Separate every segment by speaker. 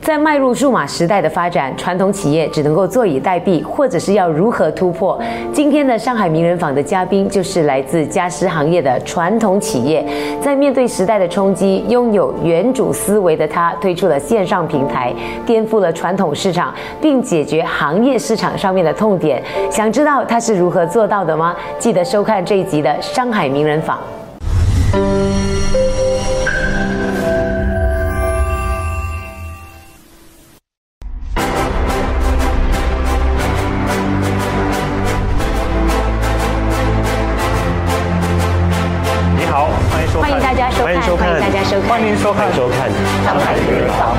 Speaker 1: 在迈入数码时代的发展，传统企业只能够坐以待毙，或者是要如何突破？今天的上海名人坊的嘉宾就是来自家私行业的传统企业，在面对时代的冲击，拥有原主思维的他推出了线上平台，颠覆了传统市场，并解决行业市场上面的痛点。想知道他是如何做到的吗？记得收看这一集的上海名人坊。欢迎大家收看，
Speaker 2: 欢迎收看上海名人坊。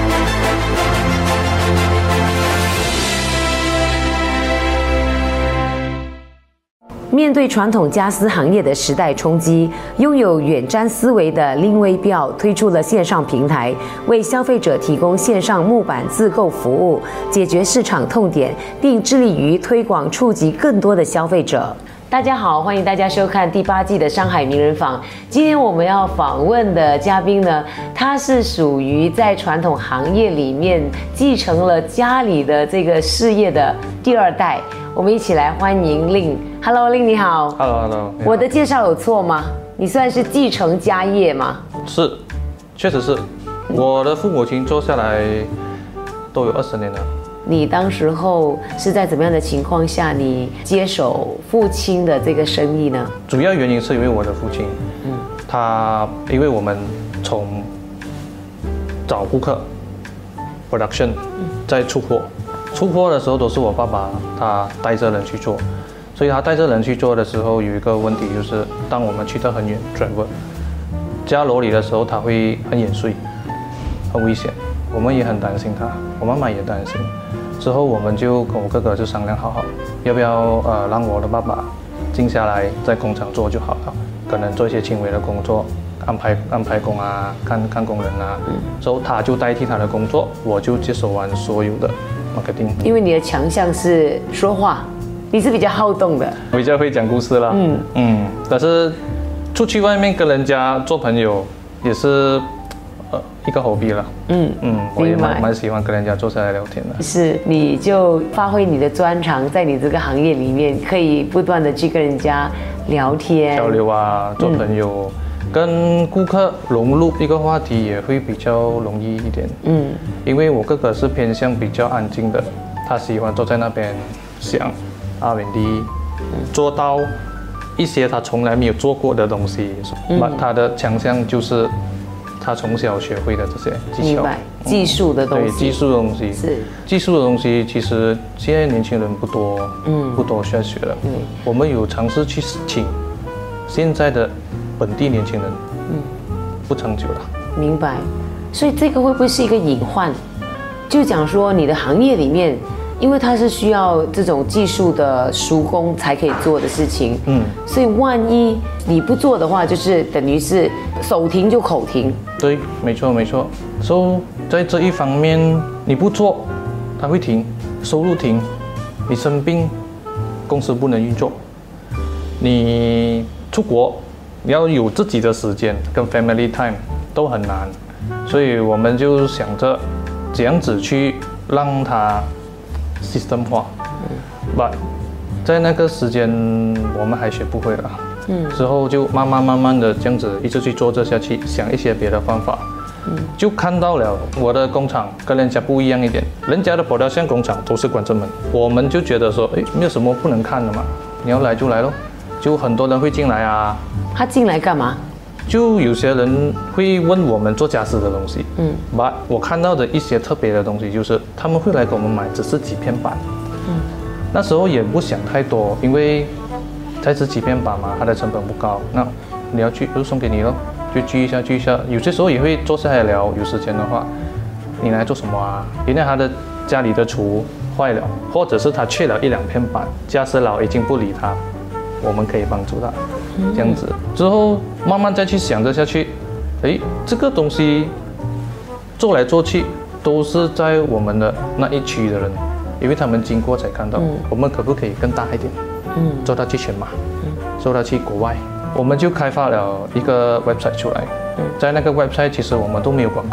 Speaker 1: 面对传统家私行业的时代冲击，拥有远瞻思维的林微标推出了线上平台，为消费者提供线上木板自购服务，解决市场痛点，并致力于推广触及更多的消费者。大家好，欢迎大家收看第8季的上海名人坊。今天我们要访问的嘉宾呢，他是属于在传统行业里面继承了家里的这个事业的第2代。我们一起来欢迎令。Hello， 令你好。
Speaker 2: Hello。
Speaker 1: 我的介绍有错吗？你算是继承家业吗？
Speaker 2: 是，确实是。我的父母亲做下来都有20年了。
Speaker 1: 你当时候是在怎么样的情况下，你接手父亲的这个生意呢？
Speaker 2: 主要原因是因为我的父亲，因为我们从找顾客 production 再出货的时候都是我爸爸他带着人去做，所以他带着人去做的时候有一个问题就是，当我们去到很远 travel 家楼里的时候，他会很眼睡，很危险，我们也很担心他，我妈妈也担心。之后我们就跟我哥哥就商量好，要不要让我的爸爸静下来在工厂做就好了，可能做一些轻微的工作，安排工啊，看工人啊，之后他就代替他的工作，我就接手完所有的 marketing。因
Speaker 1: 为你的强项是说话，你是比较好动的，
Speaker 2: 比较会讲故事啦。但是出去外面跟人家做朋友也是一个hobby了。我也蛮喜欢跟人家坐下来聊天的。是，你就发挥你的专长，在你这个行业里面，可以不断的去跟人家聊天、交流啊，做朋友，跟顾客融入一个话题也会比较容易一点。因为我哥哥是偏向比较安静的，他喜欢坐在那边想R&D，做到一些他从来没有做过的东西。他的强项就是他从小学会的这些技巧，技术的东西。对，技术的东西是技术的东西，其实现在年轻人不多需要学了。我们有尝试去请现在的本地年轻人，不长久了。明白。所以这个会不会是一个隐患？就讲说你的行业里面，因为它是需要这种技术的熟工才可以做的事情，所以万一你不做的话，就是等于是手停就口停。对，没错。所以在这一方面，你不做，它会停，收入停，你生病，公司不能运作，你出国，你要有自己的时间跟 family time 都很难，所以我们就想着怎样子去让它system 化，but 在那个时间我们还学不会了，之后就慢慢的这样子一直去做这下去，想一些别的方法，就看到了我的工厂跟人家不一样一点，人家的production工厂都是关着门，我们就觉得说，没有什么不能看的嘛，你要来就来咯，就很多人会进来啊。他进来干嘛？就有些人会问我们做家私的东西，but 我看到的一些特别的东西就是他们会来给我们买，只是几片板，那时候也不想太多，因为才只几片板嘛，它的成本不高，那你要去就送给你咯，就聚一下，有些时候也会坐下来聊，有时间的话，你来做什么啊？因为他的家里的厨坏了，或者是他缺了1-2片板，家私佬已经不理他，我们可以帮助他，这样子之后慢慢再去想着下去，这个东西做来做去都是在我们的那一区的人，因为他们经过才看到，我们可不可以更大一点，做到去全马，做到去国外，我们就开发了一个 website 出来，在那个 website 其实我们都没有广告，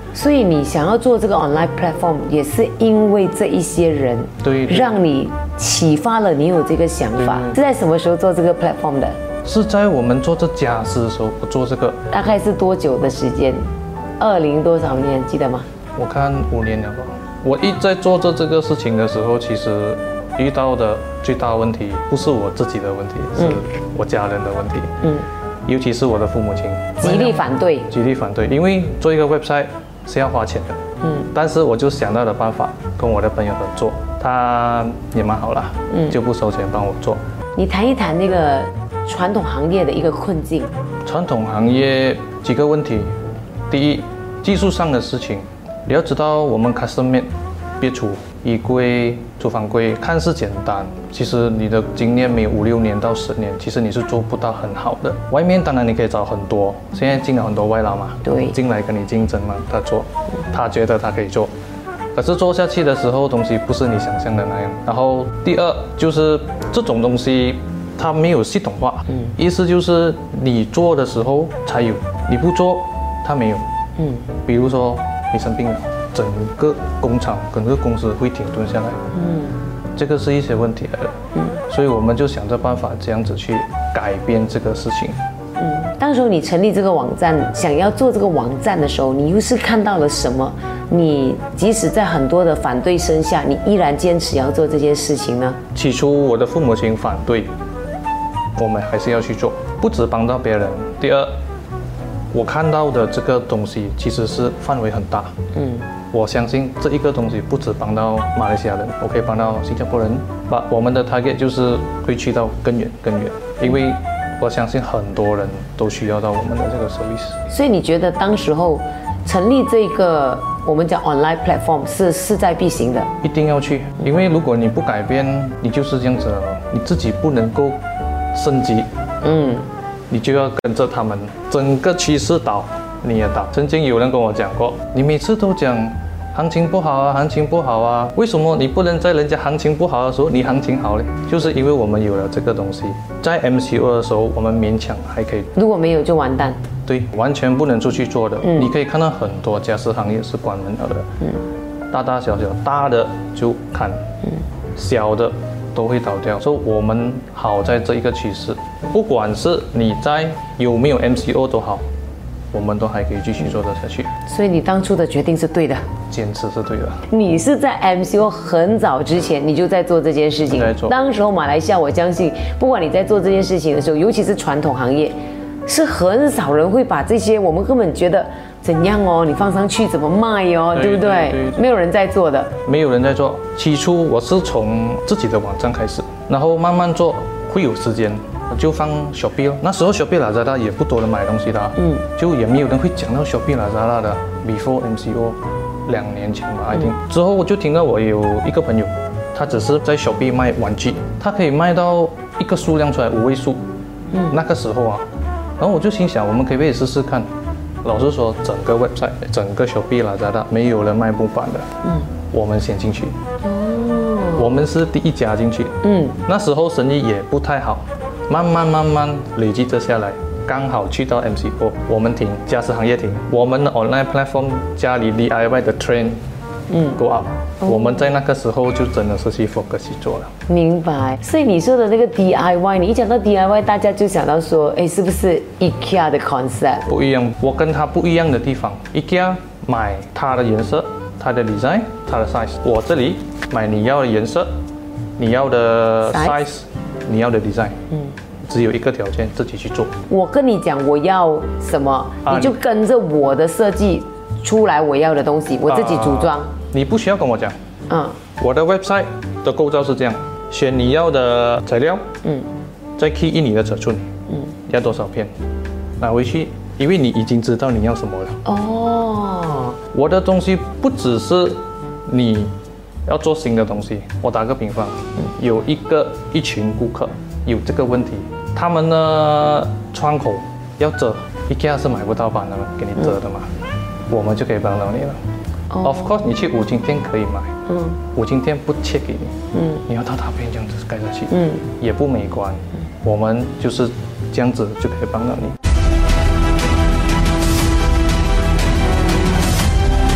Speaker 1: 所以你想要做这个 online platform， 也是因为这一些人，
Speaker 2: 对，
Speaker 1: 让你启发了你有这个想法。是在什么时候做这个 platform 的？是
Speaker 2: 在我们做这家私的时候，我做这个。
Speaker 1: 大概是多久的时间？20多少年，记得吗？
Speaker 2: 我看5年了吧。我一在做这个事情的时候，其实遇到的最大的问题不是我自己的问题，是我家人的问题。尤其是我的父母亲
Speaker 1: 极力反对，
Speaker 2: 因为做一个 website 是要花钱的。但是我就想到了办法，跟我的朋友合作，他也蛮好啦，就不收钱帮我做。
Speaker 1: 你谈一谈那个传统行业的一个困境。
Speaker 2: 传统行业几个问题，第一，技术上的事情，你要知道我们 custom made 别橱、衣柜、厨房柜看似简单，其实你的经验没有5、6年到10年，其实你是做不到很好的。外面当然你可以找很多，现在进了很多外劳嘛，
Speaker 1: 对，
Speaker 2: 进来跟你竞争嘛，他做，他觉得他可以做，可是做下去的时候，东西不是你想象的那样。然后第二就是这种东西它没有系统化，意思就是你做的时候才有，你不做它没有。比如说你生病了，整个工厂、整个公司会停顿下来，这个是一些问题来的，所以我们就想着办法这样子去改变这个事情。
Speaker 1: 当时你成立这个网站，想要做这个网站的时候，你又是看到了什么？你即使在很多的反对声下，你依然坚持要做这件事情呢？
Speaker 2: 起初我的父母亲反对，我们还是要去做，不止帮到别人。第二，我看到的这个东西其实是范围很大。我相信这一个东西不止帮到马来西亚人，我可以帮到新加坡人。把我们的 target 就是会去到更远，因为我相信很多人都需要到我们的这个 service。所
Speaker 1: 以你觉得当时候成立这个我们讲 online platform 是势在必行的？
Speaker 2: 一定要去，因为如果你不改变，你就是这样子了，你自己不能够升级。你就要跟着他们，整个趋势倒，你也倒。曾经有人跟我讲过，你每次都讲行情不好啊，行情不好啊，为什么你不能在人家行情不好的时候，你行情好嘞？就是因为我们有了这个东西，在 MCO 的时候，我们勉强还可以。
Speaker 1: 如果没有就完蛋。
Speaker 2: 对，完全不能出去做的。你可以看到很多家私行业是关门了的。大大小小，大的就看，小的都会倒掉，所以我们好在这一个趋势，不管是你在有没有 MCO 都好，我们都还可以继续做得下去。
Speaker 1: 所以你当初的决定是对的，
Speaker 2: 坚持是对的。
Speaker 1: 你是在 MCO 很早之前你就在做这件事情，当时候马来西亚，我相信不管你在做这件事情的时候，尤其是传统行业，是很少人会把这些我们根本觉得怎样哦，你放上去怎么卖哦，对不对？没有人在做的，
Speaker 2: 没有人在做。起初我是从自己的网站开始，然后慢慢做，会有时间就放 Shopee 哦。那时候 Shopee、Lazada 也不多人买东西的，就也没有人会讲到 Shopee、Lazada 的。Before MCO 2年前吧，I think。之后我就听到我有一个朋友，他只是在 Shopee 卖玩具，他可以卖到一个数量出来5位数。那个时候啊，然后我就心想，我们可不可以试试看？老实说，整个 website、整个 Shopee、Lazada 没有人卖木板的，我们先进去。我们是第一家进去。那时候生意也不太好，慢慢累积着下来，刚好去到 MCO， 我们停，家私行业停，我们的 online platform 家里 DIY 的 trend go up。我们在那个时候就真的是去 focus 去做了。
Speaker 1: 明白。所以你说的那个 DIY， 你一讲到 DIY， 大家就想到说，哎，是不是 IKEA 的 concept？
Speaker 2: 不一样，我跟他不一样的地方 ，IKEA 买它的颜色、它的 design、它的 size， 我这里买你要的颜色、你要的 size、你要的 design。只有一个条件，自己去做。我
Speaker 1: 跟你讲我要什么，你就跟着我的设计出来我要的东西，我自己组装。
Speaker 2: 你不需要跟我讲。我的 website 的构造是这样：选你要的材料，再 key in 你的尺寸，要多少片，拿回去，因为你已经知道你要什么了。我的东西不只是你要做新的东西。我打个比方，有一群顾客有这个问题，他们的窗口要遮，IKEA 是买不到板的嘛，给你遮的嘛，我们就可以帮到你了。Of course， 你去五金店可以买，五金店不切给你，你要到大片这样子盖下去，也不美观，我们就是这样子就可以帮到你。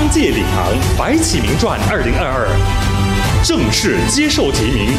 Speaker 3: 界领航白起名传2022正式接受提名。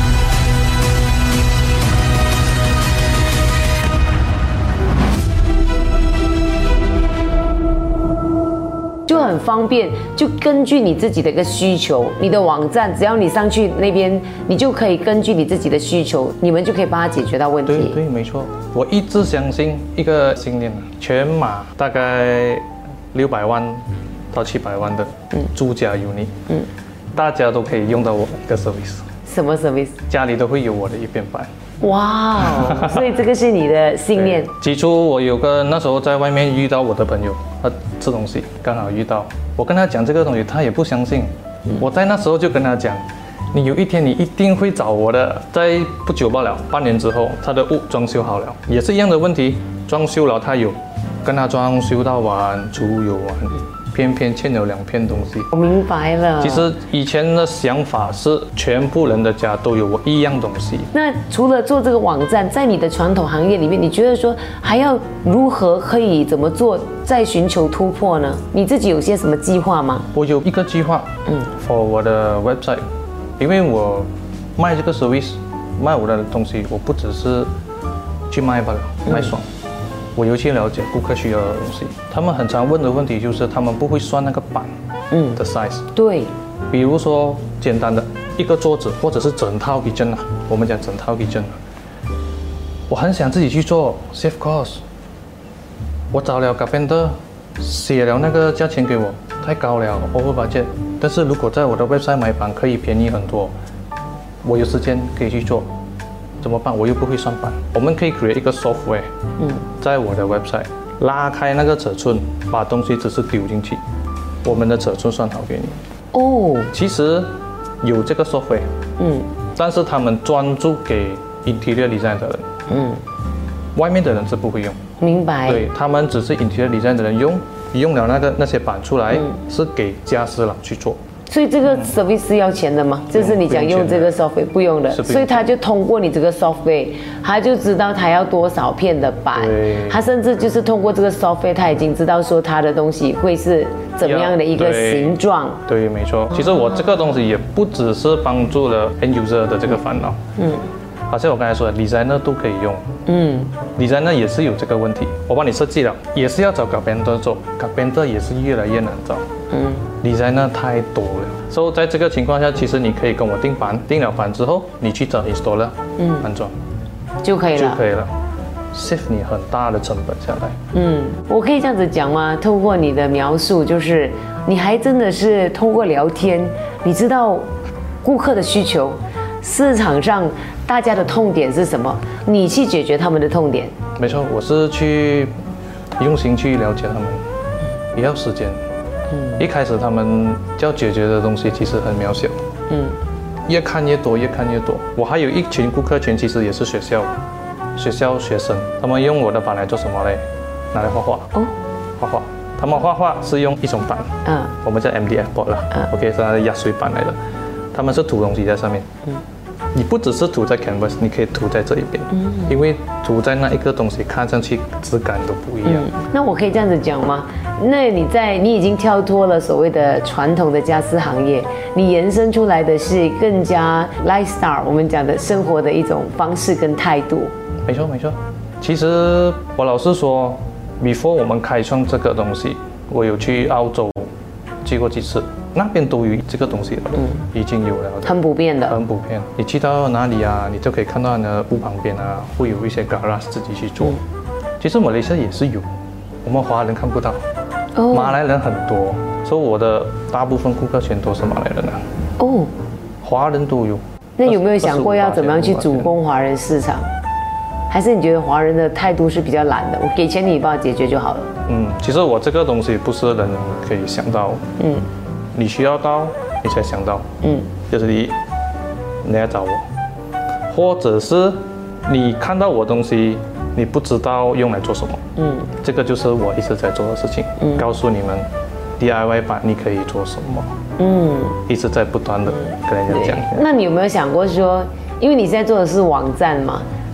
Speaker 1: 就很方便，就根据你自己的一个需求，你的网站只要你上去那边，你就可以根据你自己的需求，你们就可以帮他解决到问题。
Speaker 2: 对，没错。我一直相信一个信念，全马大概600万到700万的住家unit，大家都可以用到我一个 service。
Speaker 1: 什么 service？
Speaker 2: 家里都会有我的一片板。
Speaker 1: 哇，所以这个是你的信念。
Speaker 2: 起初我有个那时候在外面遇到我的朋友，他吃东西刚好遇到，我跟他讲这个东西，他也不相信。我在那时候就跟他讲，你有一天你一定会找我的。在不久罢了，半年之后，他的屋装修好了，也是一样的问题，装修了他有跟他装修到完，出油完，偏偏欠了2片东西。
Speaker 1: 我明白了。
Speaker 2: 其实以前的想法是全部人的家都有我一样东西。
Speaker 1: 那除了做这个网站，在你的传统行业里面，你觉得说还要如何可以怎么做，再寻求突破呢？你自己有些什么计划吗？
Speaker 2: 我有一个计划，for 我的 website， 因为我卖这个 service， 卖我的东西，我不只是去卖罢了，卖爽。我有去了解顾客需要的东西，他们很常问的问题就是他们不会算那个板的 size。
Speaker 1: 对，
Speaker 2: 比如说简单的一个桌子，或者是整套 kitchen 啊，我们讲整套 kitchen， 我很想自己去做 save cost， 我找了 carpenter， 写了那个价钱给我，太高了 over budget。但是如果在我的 website 买板可以便宜很多，我有时间可以去做。怎么办？我又不会算板。我们可以 create 一个 software，在我的 website 拉开那个尺寸，把东西只是丢进去，我们的尺寸算好给你。哦，其实有这个 software，但是他们专注给 interior design 的人，外面的人是不会用。
Speaker 1: 明白。对，
Speaker 2: 他们只是 interior design 的人用了那些板出来，是给家私佬去做。
Speaker 1: 所以这个 service 是要钱的吗？就是你讲用这个 software 不用的，所以他就通过你这个 software， 他就知道他要多少片的板，他甚至就是通过这个 software， 他已经知道说他的东西会是怎么样的一个形状。
Speaker 2: 对，没错。其实我这个东西也不只是帮助了 end user 的这个烦恼，好像我刚才说的 designer 都可以用，designer 也是有这个问题，我帮你设计了，也是要找 carpenter 做 ，carpenter 也是越来越难找。designer 太多了，所以在这个情况下，其实你可以跟我订板，订了板之后，你去找 installer，安装
Speaker 1: 就可以了
Speaker 2: ，save 你很大的成本下来。
Speaker 1: 我可以这样子讲吗？透过你的描述，就是你还真的是通过聊天，你知道顾客的需求，市场上大家的痛点是什么，你去解决他们的痛点。
Speaker 2: 没错，我是去用心去了解他们，也要时间。一开始他们要解决的东西其实很渺小，越看越多。我还有一群顾客群，其实也是学校学生，他们用我的板来做什么嘞？拿来画画。画画。他们画画是用一种板，我们叫 MDF board 啦，OK， 是它的压水板来的。他们是涂东西在上面，你不只是涂在 canvas， 你可以涂在这一边，因为涂在那一个东西看上去质感都不一样。
Speaker 1: 那我可以这样子讲吗？那你已经跳脱了所谓的传统的家私行业，你延伸出来的是更加 lifestyle， 我们讲的生活的一种方式跟态度。
Speaker 2: 没错。其实我老实说 ，before 我们开创这个东西，我有去澳洲去过几次。那边都有这个东西了，已经有了，
Speaker 1: 很普遍的，
Speaker 2: 很普遍。你去到哪里啊，你就可以看到你的屋旁边啊，会有一些 garage 自己去做。其实马来西亚也是有，我们华人看不到，马来人很多，所以我的大部分顾客全都是马来人啊。华人都有。
Speaker 1: 那有没有想过要怎么样去主攻华人市场？还是你觉得华人的态度是比较懒的？我给钱你帮我解决就好了。
Speaker 2: 其实我这个东西不是人可以想到。你需要到，你才想到，就是你要找我，或者是你看到我东西，你不知道用来做什么，这个就是我一直在做的事情，告诉你们 DIY 版你可以做什么，一直在不断的跟人家讲。
Speaker 1: 那你有没有想过说，因为你现在做的是网站嘛，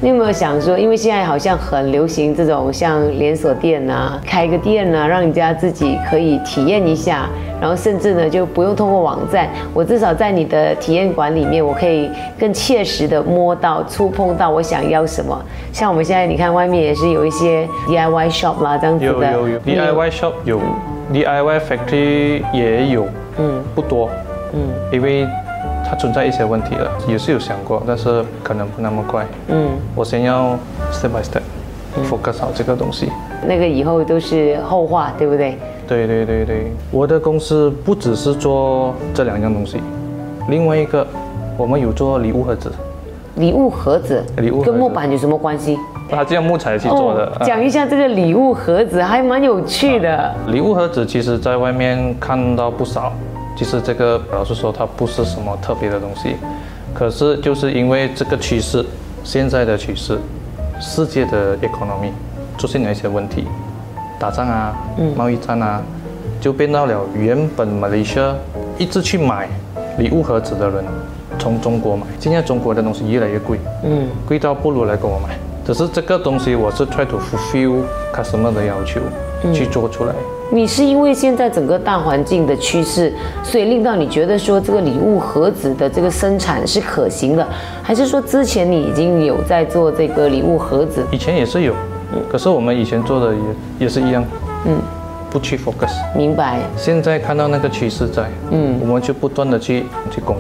Speaker 1: 你有没有想说，因为现在好像很流行这种像连锁店啊，开个店啊，让人家自己可以体验一下，然后甚至呢就不用通过网站，我至少在你的体验馆里面，我可以更切实的摸到、触碰到我想要什么。像我们现在你看外面也是有一些 DIY shop 啦，这样子的。
Speaker 2: 有 DIY shop 有 DIY factory 也有，不多，因为它存在一些问题了，也是有想过，但是可能不那么快。我先要 step by step focus 好这个东西。
Speaker 1: 那个以后都是后话，对不对？
Speaker 2: 对，我的公司不只是做这2样东西，另外一个我们有做礼物盒子。
Speaker 1: 礼物盒子跟木板有什么关系？
Speaker 2: 它就用木材去做的。
Speaker 1: 讲一下这个礼物盒子，还蛮有趣的。
Speaker 2: 礼物盒子其实在外面看到不少。其实这个老实说，它不是什么特别的东西，可是就是因为这个趋势，现在的趋势，世界的 economy 出现了一些问题，打仗啊，贸易战啊，就变到了原本马来西亚一直去买礼物盒子的人，从中国买。现在中国的东西越来越贵，贵到不如来跟我买。只是这个东西我是 try to fulfill customer 的要求，去做出来。
Speaker 1: 你是因为现在整个大环境的趋势，所以令到你觉得说这个礼物盒子的这个生产是可行的，还是说之前你已经有在做这个礼物盒子？
Speaker 2: 以前也是有，可是我们以前做的也是一样，不去 focus。明
Speaker 1: 白。
Speaker 2: 现在看到那个趋势在，我们就不断的去攻。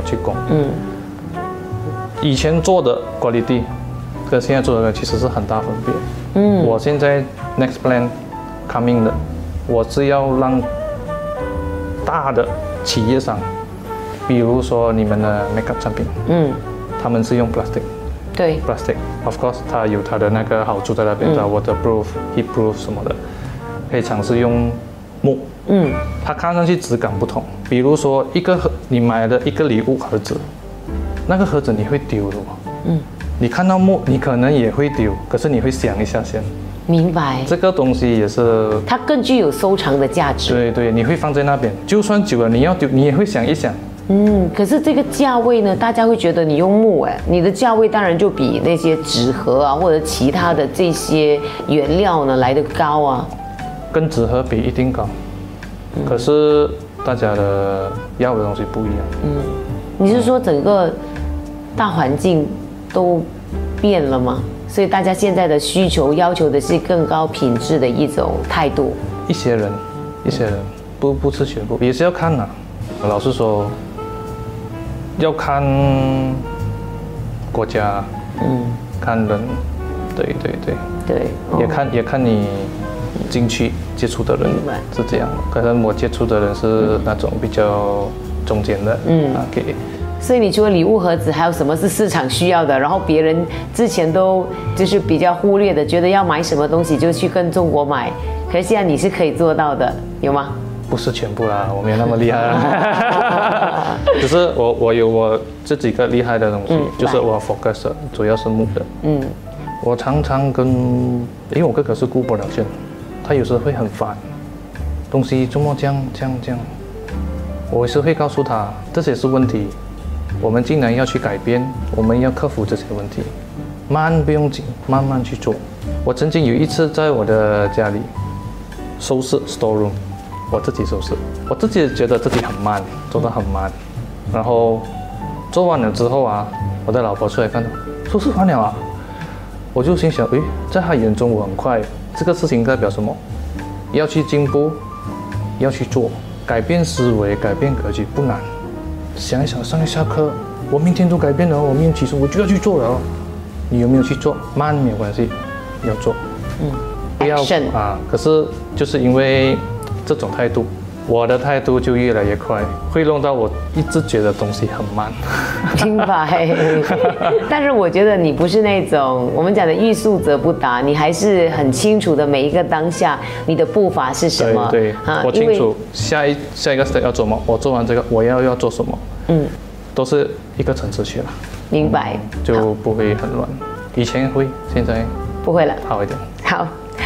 Speaker 2: 以前做的 quality 跟现在做的其实是很大分别。我现在 next plan coming 的。我是要让大的企业商，比如说你们的 makeup 产品，他们是用 plastic，
Speaker 1: 对
Speaker 2: ，plastic，of course， 它有它的那个好处在那边，它 waterproof、heatproof 什么的，可以尝试用木，它看上去质感不同。比如说你买的一个礼物盒子，那个盒子你会丢的，你看到木，你可能也会丢，可是你会想一下先。
Speaker 1: 明白，
Speaker 2: 这个东西也是，
Speaker 1: 它更具有收藏的价值。
Speaker 2: 对，你会放在那边，就算久了你要丢，你也会想一想。
Speaker 1: 可是这个价位呢，大家会觉得你用木，你的价位当然就比那些纸盒啊或者其他的这些原料呢来得高啊。
Speaker 2: 跟纸盒比一定高，可是大家的要的东西不一样。
Speaker 1: 你是说整个大环境都变了吗？所以大家现在的需求要求的是更高品质的一种态度。
Speaker 2: 一些人不是全部，也是要看呐。老实说，要看国家，看人，对，也看你进去接触的人是这样。可能我接触的人是那种比较中间的，OK。
Speaker 1: 所以你除了礼物盒子，还有什么是市场需要的？然后别人之前都就是比较忽略的，觉得要买什么东西就去跟中国买，可是现在你是可以做到的，有吗？
Speaker 2: 不是全部啦，我没有那么厉只是我有我这几个厉害的东西，就是我 focus 的主要是木的。我常常因为我哥哥是顾不了线，他有时候会很烦，东西这么这样，我也是会告诉他这些是问题。我们竟然要去改变，我们要克服这些问题，不用紧，慢慢去做。我曾经有一次在我的家里收拾 storeroom， 我自己收拾，我自己觉得自己很慢，做得很慢。然后做完了之后啊，我的老婆出来看到，收拾完了啊，我就心想，在她眼中我很快。这个事情代表什么？要去进步，要去做，改变思维，改变格局不难。想一想，上一下课，我明天都改变了，我明天起床我就要去做了。你有没有去做？慢没有关系，要做。不要啊！可是就是因为这种态度，我的态度就越来越快，会弄到我一直觉得东西很慢。
Speaker 1: 明白。但是我觉得你不是那种我们讲的欲速则不达，你还是很清楚的每一个当下你的步伐是什么。
Speaker 2: 对，我清楚下一个 step 要做什么，我做完这个我要做什么。都是一个层次去了。
Speaker 1: 明白。
Speaker 2: 就不会很乱。以前会，现在
Speaker 1: 不会了，
Speaker 2: 好一点。
Speaker 1: 好。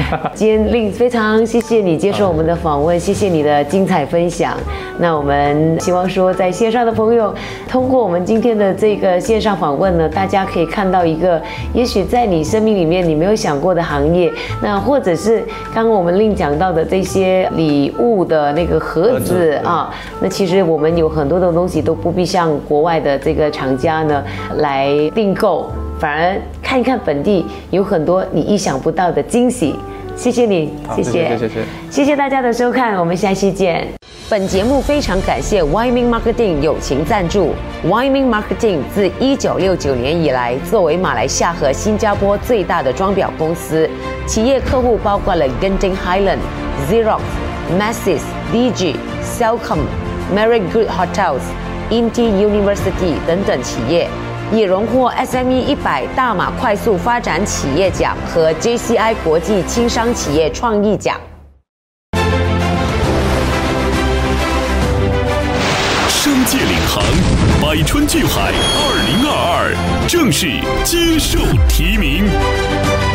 Speaker 1: 今天令非常谢谢你接受我们的访问，谢谢你的精彩分享。那我们希望说，在线上的朋友，通过我们今天的这个线上访问呢，大家可以看到一个也许在你生命里面你没有想过的行业，那或者是刚刚我们令讲到的这些礼物的那个盒子啊，那其实我们有很多的东西都不必向国外的这个厂家呢来订购，反而看一看本地有很多你意想不到的惊喜。谢谢你，谢谢大家的收看，我们下期见。本节目非常感谢 Wyoming Marketing 友情赞助。Wyoming Marketing 自1969年以来，作为马来西亚和新加坡最大的装裱公司，企业客户包括了 Genting Highland、Xerox、DG、Cellcom、Marriott Good Hotels、Inti University 等等企业。也荣获 SME 100大马快速发展企业奖和 JCI 国际轻商企业创意奖。
Speaker 3: 商界领航，百川聚海2022正式接受提名。